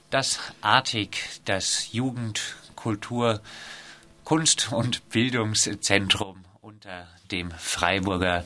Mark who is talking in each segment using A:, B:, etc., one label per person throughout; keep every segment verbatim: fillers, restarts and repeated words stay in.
A: Das Artig, das Jugend-, Kultur-, Kunst- und Bildungszentrum unter dem Freiburger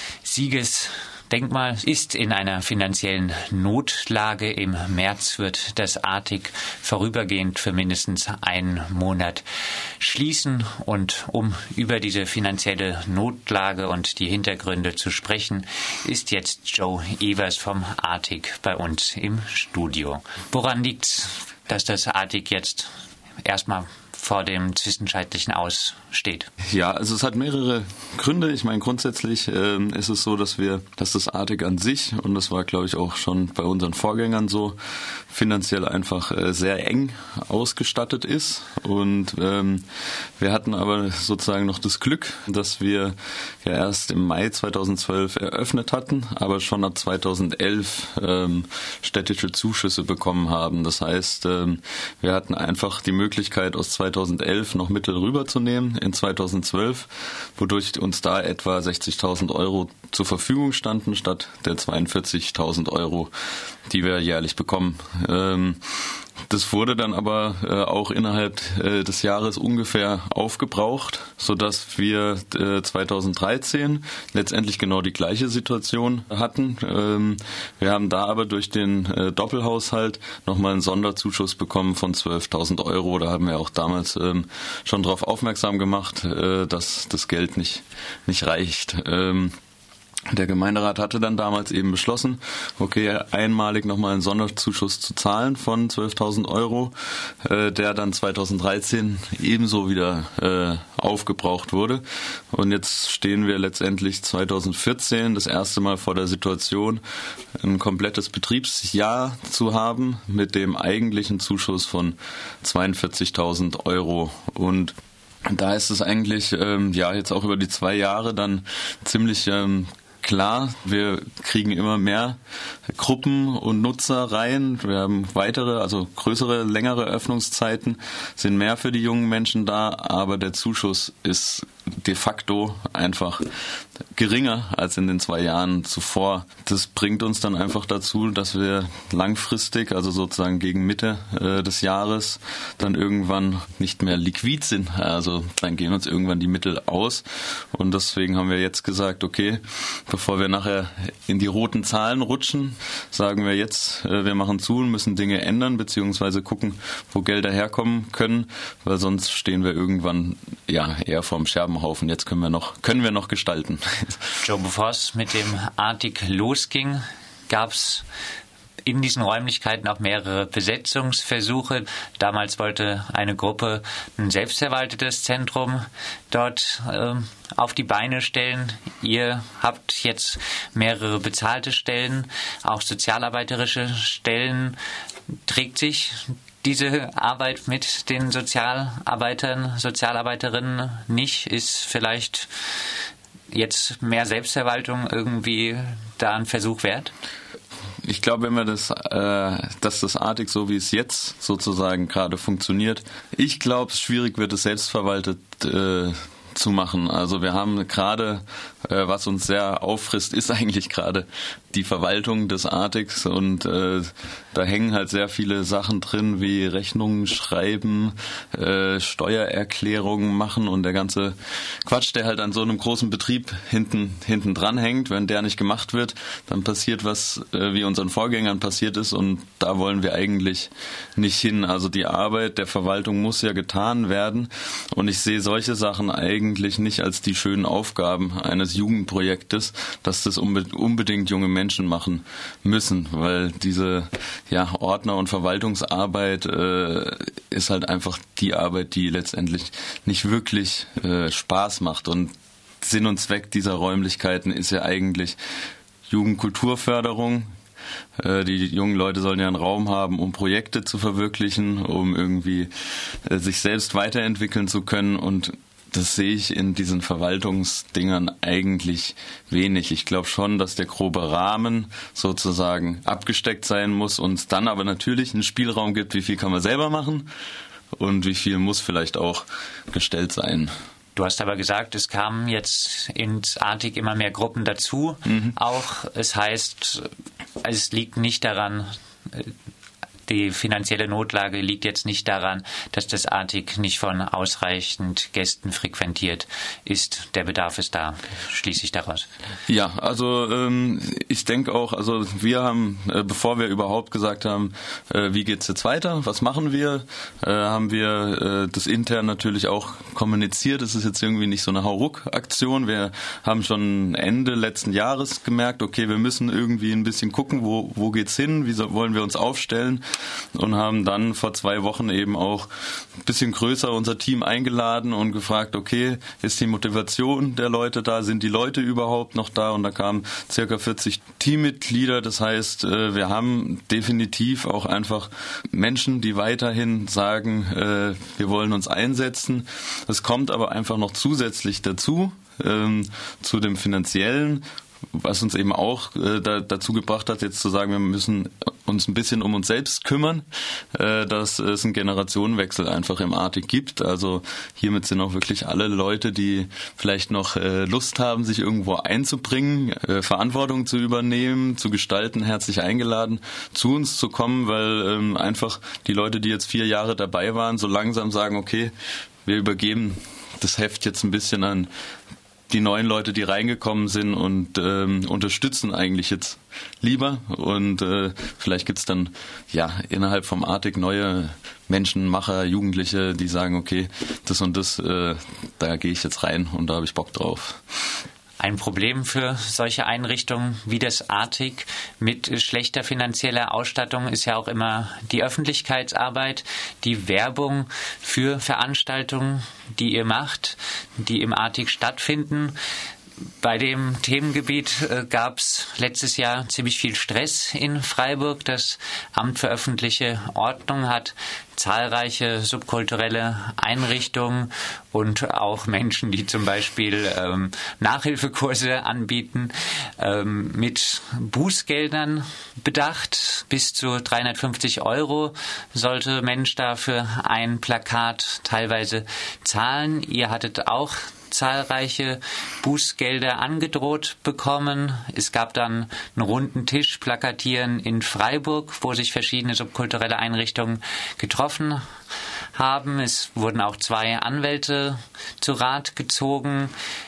A: Siegesdenkmal, ist in einer finanziellen Notlage. Im März wird das Artig vorübergehend für mindestens einen Monat schließen. Und um über diese finanzielle Notlage und die Hintergründe zu sprechen, ist jetzt Joe Evers vom Artig bei uns im Studio. Woran liegt's, dass das Artig jetzt erstmal vor dem zwischenzeitlichen Aus steht?
B: Ja, also es hat mehrere Gründe. Ich meine, grundsätzlich äh, ist es so, dass wir, dass das Artig an sich, und das war, glaube ich, auch schon bei unseren Vorgängern so, finanziell einfach äh, sehr eng ausgestattet ist. Und ähm, wir hatten aber sozusagen noch das Glück, dass wir ja erst im Mai zweitausendzwölf eröffnet hatten, aber schon ab zweitausendelf ähm, städtische Zuschüsse bekommen haben. Das heißt, ähm, wir hatten einfach die Möglichkeit, aus zweitausendelf noch Mittel rüberzunehmen in zweitausendzwölf, wodurch uns da etwa sechzigtausend Euro zur Verfügung standen, statt der zweiundvierzigtausend Euro, die wir jährlich bekommen. Ähm, Das wurde dann aber äh, auch innerhalb äh, des Jahres ungefähr aufgebraucht, sodass wir äh, zweitausenddreizehn letztendlich genau die gleiche Situation hatten. Ähm, wir haben da aber durch den äh, Doppelhaushalt nochmal einen Sonderzuschuss bekommen von zwölftausend Euro. Da haben wir auch damals ähm, schon darauf aufmerksam gemacht, äh, dass das Geld nicht, nicht reicht. Ähm, Der Gemeinderat hatte dann damals eben beschlossen, okay, einmalig nochmal einen Sonderzuschuss zu zahlen von zwölftausend Euro, äh, der dann zweitausenddreizehn ebenso wieder äh, aufgebraucht wurde. Und jetzt stehen wir letztendlich zweitausendvierzehn das erste Mal vor der Situation, ein komplettes Betriebsjahr zu haben mit dem eigentlichen Zuschuss von zweiundvierzigtausend Euro. Und da ist es eigentlich ähm, ja jetzt auch über die zwei Jahre dann ziemlich ähm, klar, wir kriegen immer mehr Gruppen und Nutzer rein. Wir haben weitere, also größere, längere Öffnungszeiten, sind mehr für die jungen Menschen da, aber der Zuschuss ist de facto einfach geringer als in den zwei Jahren zuvor. Das bringt uns dann einfach dazu, dass wir langfristig, also sozusagen gegen Mitte äh, des Jahres, dann irgendwann nicht mehr liquid sind. Also dann gehen uns irgendwann die Mittel aus. Und deswegen haben wir jetzt gesagt, okay, bevor wir nachher in die roten Zahlen rutschen, sagen wir jetzt, äh, wir machen zu und müssen Dinge ändern, beziehungsweise gucken, wo Gelder herkommen können, weil sonst stehen wir irgendwann ja eher vorm Scherbenhaufen. Jetzt können wir noch, können wir noch gestalten.
A: Joe, bevor es mit dem Artig losging, gab es in diesen Räumlichkeiten auch mehrere Besetzungsversuche. Damals wollte eine Gruppe ein selbstverwaltetes Zentrum dort äh, auf die Beine stellen. Ihr habt jetzt mehrere bezahlte Stellen, auch sozialarbeiterische Stellen. Trägt sich diese Arbeit mit den Sozialarbeitern, Sozialarbeiterinnen nicht? Ist vielleicht jetzt mehr Selbstverwaltung irgendwie da ein Versuch wert?
B: Ich glaube, wenn wir das, äh, dass das Artig, so wie es jetzt sozusagen gerade funktioniert, ich glaube, es schwierig wird, es selbstverwaltet äh, zu machen. Also wir haben gerade, äh, was uns sehr auffrisst, ist eigentlich gerade die Verwaltung des Artigs, und äh, da hängen halt sehr viele Sachen drin, wie Rechnungen schreiben, äh, Steuererklärungen machen und der ganze Quatsch, der halt an so einem großen Betrieb hinten hinten dran hängt. Wenn der nicht gemacht wird, dann passiert was, äh, wie unseren Vorgängern passiert ist, und da wollen wir eigentlich nicht hin. Also die Arbeit der Verwaltung muss ja getan werden, und ich sehe solche Sachen eigentlich nicht als die schönen Aufgaben eines Jugendprojektes, dass das unbe- unbedingt junge Menschen machen müssen, weil diese ja, Ordner- und Verwaltungsarbeit äh, ist halt einfach die Arbeit, die letztendlich nicht wirklich äh, Spaß macht. Und Sinn und Zweck dieser Räumlichkeiten ist ja eigentlich Jugendkulturförderung. Äh, die jungen Leute sollen ja einen Raum haben, um Projekte zu verwirklichen, um irgendwie äh, sich selbst weiterentwickeln zu können, und das sehe ich in diesen Verwaltungsdingern eigentlich wenig. Ich glaube schon, dass der grobe Rahmen sozusagen abgesteckt sein muss und es dann aber natürlich einen Spielraum gibt, wie viel kann man selber machen und wie viel muss vielleicht auch gestellt sein.
A: Du hast aber gesagt, es kamen jetzt ins Artig immer mehr Gruppen dazu. Mhm. Auch, es heißt, es liegt nicht daran, die finanzielle Notlage liegt jetzt nicht daran, dass das Artig nicht von ausreichend Gästen frequentiert ist. Der Bedarf ist da, schließe ich daraus.
B: Ja, also ähm, ich denke auch, also wir haben, äh, bevor wir überhaupt gesagt haben, äh, wie geht's jetzt weiter, was machen wir, äh, haben wir äh, das intern natürlich auch kommuniziert. Es ist jetzt irgendwie nicht so eine Hauruck-Aktion. Wir haben schon Ende letzten Jahres gemerkt, okay, wir müssen irgendwie ein bisschen gucken, wo, wo geht's hin, wie so, wollen wir uns aufstellen, und haben dann vor zwei Wochen eben auch ein bisschen größer unser Team eingeladen und gefragt, okay, ist die Motivation der Leute da, sind die Leute überhaupt noch da? Und da kamen circa vierzig Teammitglieder. Das heißt, wir haben definitiv auch einfach Menschen, die weiterhin sagen, wir wollen uns einsetzen. Es kommt aber einfach noch zusätzlich dazu, zu dem Finanziellen, was uns eben auch äh, da, dazu gebracht hat, jetzt zu sagen, wir müssen uns ein bisschen um uns selbst kümmern, äh, dass es einen Generationenwechsel einfach im Artig gibt. Also hiermit sind auch wirklich alle Leute, die vielleicht noch äh, Lust haben, sich irgendwo einzubringen, äh, Verantwortung zu übernehmen, zu gestalten, herzlich eingeladen, zu uns zu kommen, weil ähm, einfach die Leute, die jetzt vier Jahre dabei waren, so langsam sagen, okay, wir übergeben das Heft jetzt ein bisschen an die neuen Leute, die reingekommen sind, und ähm, unterstützen eigentlich jetzt lieber. Und äh, vielleicht gibt's dann ja innerhalb vom Artig neue Menschen, Macher, Jugendliche, die sagen, okay, das und das, äh, da gehe ich jetzt rein und da habe ich Bock drauf.
A: Ein Problem für solche Einrichtungen wie das Artig mit schlechter finanzieller Ausstattung ist ja auch immer die Öffentlichkeitsarbeit, die Werbung für Veranstaltungen, die ihr macht, die im Artig stattfinden. Bei dem Themengebiet äh, gab es letztes Jahr ziemlich viel Stress in Freiburg. Das Amt für öffentliche Ordnung hat zahlreiche subkulturelle Einrichtungen und auch Menschen, die zum Beispiel ähm, Nachhilfekurse anbieten, ähm, mit Bußgeldern bedacht. Bis zu dreihundertfünfzig Euro sollte Mensch dafür ein Plakat teilweise zahlen. Ihr hattet auch zahlreiche Bußgelder angedroht bekommen. Es gab dann einen runden Tisch plakatieren in Freiburg, wo sich verschiedene subkulturelle Einrichtungen getroffen haben. Es wurden auch zwei Anwälte zu Rat gezogen.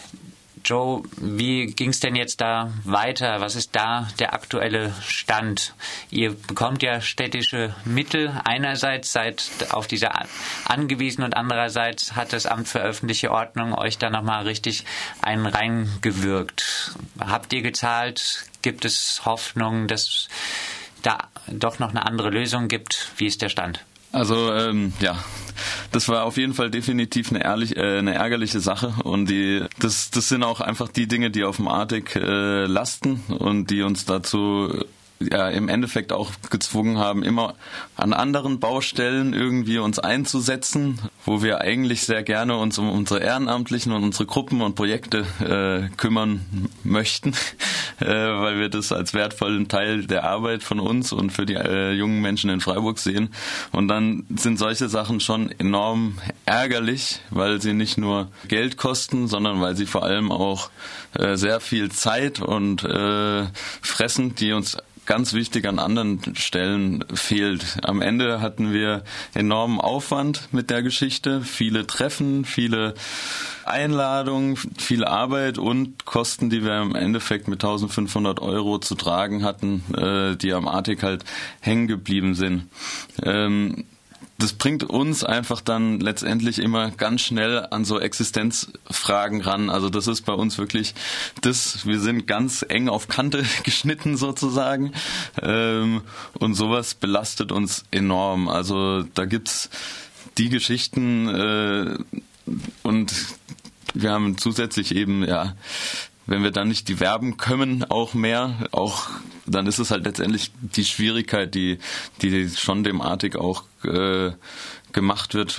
A: Joe, wie ging es denn jetzt da weiter? Was ist da der aktuelle Stand? Ihr bekommt ja städtische Mittel. Einerseits seid auf diese angewiesen und andererseits hat das Amt für öffentliche Ordnung euch da nochmal richtig einen reingewirkt. Habt ihr gezahlt? Gibt es Hoffnung, dass da doch noch eine andere Lösung gibt? Wie ist der Stand?
B: Also ähm, ja, das war auf jeden Fall definitiv eine, ehrlich, äh, eine ärgerliche Sache, und die das das sind auch einfach die Dinge, die auf dem Artig äh, lasten und die uns dazu ja im Endeffekt auch gezwungen haben, immer an anderen Baustellen irgendwie uns einzusetzen, wo wir eigentlich sehr gerne uns um unsere Ehrenamtlichen und unsere Gruppen und Projekte äh, kümmern möchten, äh, weil wir das als wertvollen Teil der Arbeit von uns und für die äh, jungen Menschen in Freiburg sehen. Und dann sind solche Sachen schon enorm ärgerlich, weil sie nicht nur Geld kosten, sondern weil sie vor allem auch äh, sehr viel Zeit und äh, fressen, die uns ganz wichtig an anderen Stellen fehlt. Am Ende hatten wir enormen Aufwand mit der Geschichte, viele Treffen, viele Einladungen, viel Arbeit und Kosten, die wir im Endeffekt mit eintausendfünfhundert Euro zu tragen hatten, äh, die am Artig halt hängen geblieben sind. Ähm, Das bringt uns einfach dann letztendlich immer ganz schnell an so Existenzfragen ran. Also das ist bei uns wirklich das, wir sind ganz eng auf Kante geschnitten sozusagen. Ähm, und sowas belastet uns enorm. Also da gibt's die Geschichten äh, und wir haben zusätzlich eben, ja, wenn wir dann nicht die werben können, auch mehr, auch dann ist es halt letztendlich die Schwierigkeit, die die schon dem Artig auch äh, gemacht wird,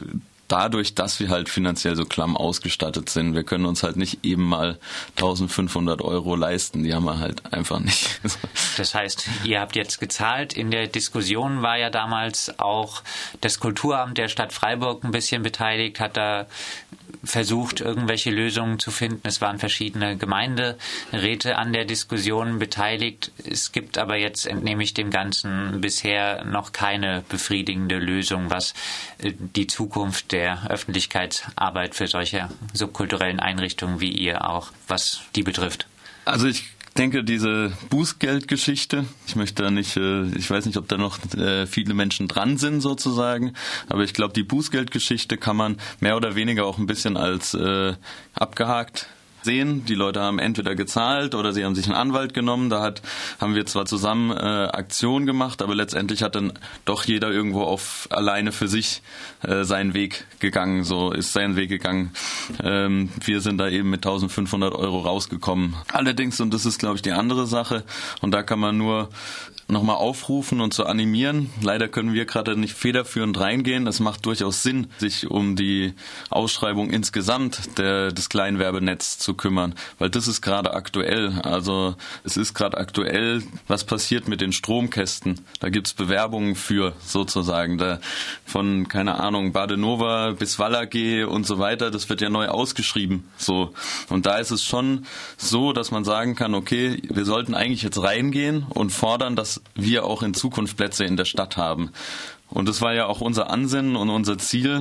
B: dadurch, dass wir halt finanziell so klamm ausgestattet sind. Wir können uns halt nicht eben mal eintausendfünfhundert Euro leisten. Die haben wir halt einfach nicht.
A: Das heißt, ihr habt jetzt gezahlt. In der Diskussion war ja damals auch das Kulturamt der Stadt Freiburg ein bisschen beteiligt, hat da versucht, irgendwelche Lösungen zu finden. Es waren verschiedene Gemeinderäte an der Diskussion beteiligt. Es gibt aber jetzt, entnehme ich dem Ganzen, bisher noch keine befriedigende Lösung, was die Zukunft der Öffentlichkeitsarbeit für solche subkulturellen Einrichtungen wie ihr auch, was die betrifft.
B: Also ich Ich denke, diese Bußgeldgeschichte, ich möchte da nicht, ich weiß nicht, ob da noch viele Menschen dran sind sozusagen, aber ich glaube, die Bußgeldgeschichte kann man mehr oder weniger auch ein bisschen als äh, abgehakt sehen. Die Leute haben entweder gezahlt oder sie haben sich einen Anwalt genommen. Da hat, haben wir zwar zusammen äh, Aktionen gemacht, aber letztendlich hat dann doch jeder irgendwo auf alleine für sich äh, seinen Weg gegangen. So ist sein Weg gegangen. Ähm, wir sind da eben mit eintausendfünfhundert Euro rausgekommen. Allerdings, und das ist, glaube ich, die andere Sache, und da kann man nur nochmal aufrufen und zu animieren. Leider können wir gerade nicht federführend reingehen. Es macht durchaus Sinn, sich um die Ausschreibung insgesamt der, des Kleinwerbenetzes zu kümmern, weil das ist gerade aktuell. Also es ist gerade aktuell, was passiert mit den Stromkästen. Da gibt's Bewerbungen für sozusagen. Da von, keine Ahnung, Badenova bis Wall A G und so weiter, das wird ja neu ausgeschrieben. So. Und da ist es schon so, dass man sagen kann, okay, wir sollten eigentlich jetzt reingehen und fordern, dass wir auch in Zukunft Plätze in der Stadt haben. Und das war ja auch unser Ansinnen und unser Ziel.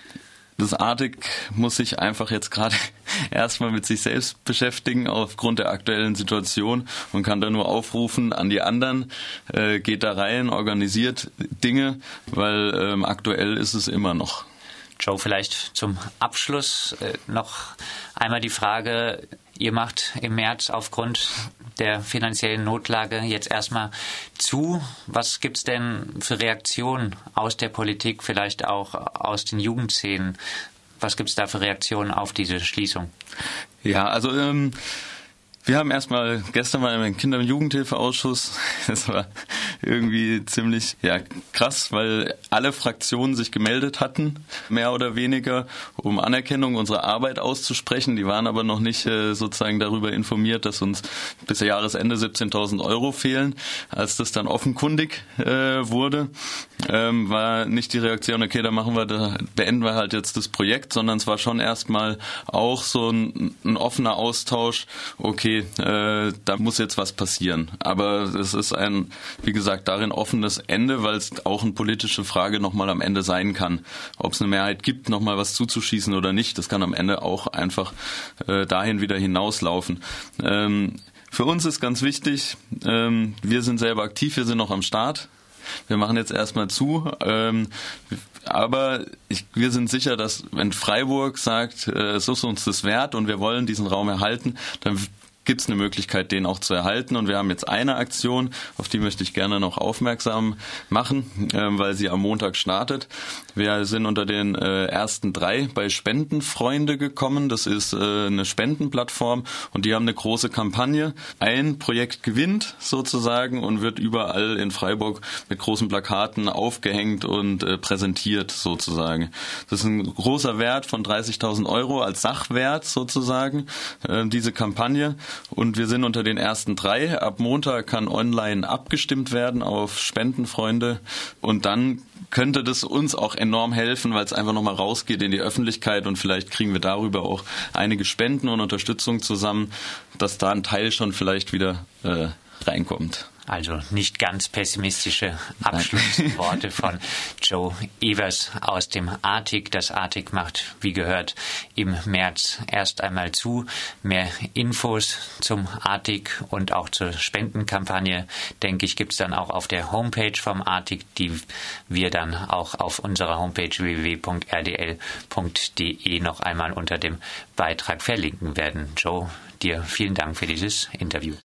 B: Das Artig muss sich einfach jetzt gerade erstmal mit sich selbst beschäftigen aufgrund der aktuellen Situation und kann da nur aufrufen an die anderen, äh, geht da rein, organisiert Dinge, weil ähm, aktuell ist es immer noch.
A: Joe, vielleicht zum Abschluss äh, noch einmal die Frage, ihr macht im März aufgrund der finanziellen Notlage jetzt erstmal zu. Was gibt's denn für Reaktionen aus der Politik, vielleicht auch aus den Jugendszenen? Was gibt's da für Reaktionen auf diese Schließung?
B: Ja, also ähm, wir haben erstmal, gestern war im Kinder- und Jugendhilfeausschuss, das war irgendwie ziemlich ja, krass, weil alle Fraktionen sich gemeldet hatten, mehr oder weniger, um Anerkennung unserer Arbeit auszusprechen. Die waren aber noch nicht äh, sozusagen darüber informiert, dass uns bis Jahresende siebzehntausend Euro fehlen. Als das dann offenkundig äh, wurde, ähm, war nicht die Reaktion, okay, da machen wir, da beenden wir halt jetzt das Projekt, sondern es war schon erstmal auch so ein, ein offener Austausch, okay, äh, da muss jetzt was passieren. Aber es ist ein, wie gesagt, darin offenes Ende, weil es auch eine politische Frage nochmal am Ende sein kann. Ob es eine Mehrheit gibt, nochmal was zuzuschießen oder nicht, das kann am Ende auch einfach äh, dahin wieder hinauslaufen. Ähm, für uns ist ganz wichtig, ähm, wir sind selber aktiv, wir sind noch am Start. Wir machen jetzt erstmal zu, ähm, aber ich, wir sind sicher, dass wenn Freiburg sagt, äh, es ist uns das wert und wir wollen diesen Raum erhalten, dann gibt es eine Möglichkeit, den auch zu erhalten. Und wir haben jetzt eine Aktion, auf die möchte ich gerne noch aufmerksam machen, äh, weil sie am Montag startet. Wir sind unter den äh, ersten drei bei Spendenfreunde gekommen. Das ist äh, eine Spendenplattform und die haben eine große Kampagne. Ein Projekt gewinnt sozusagen und wird überall in Freiburg mit großen Plakaten aufgehängt und äh, präsentiert sozusagen. Das ist ein großer Wert von dreißigtausend Euro als Sachwert sozusagen, äh, diese Kampagne. Und wir sind unter den ersten drei. Ab Montag kann online abgestimmt werden auf Spendenfreunde. Und dann könnte das uns auch enorm helfen, weil es einfach nochmal rausgeht in die Öffentlichkeit und vielleicht kriegen wir darüber auch einige Spenden und Unterstützung zusammen, dass da ein Teil schon vielleicht wieder äh, reinkommt.
A: Also nicht ganz pessimistische Abschlussworte von Joe Evers aus dem Artig. Das Artig macht, wie gehört, im März erst einmal zu. Mehr Infos zum Artig und auch zur Spendenkampagne, denke ich, gibt es dann auch auf der Homepage vom Artig, die wir dann auch auf unserer Homepage w w w punkt r d l punkt d e noch einmal unter dem Beitrag verlinken werden. Joe, dir vielen Dank für dieses Interview.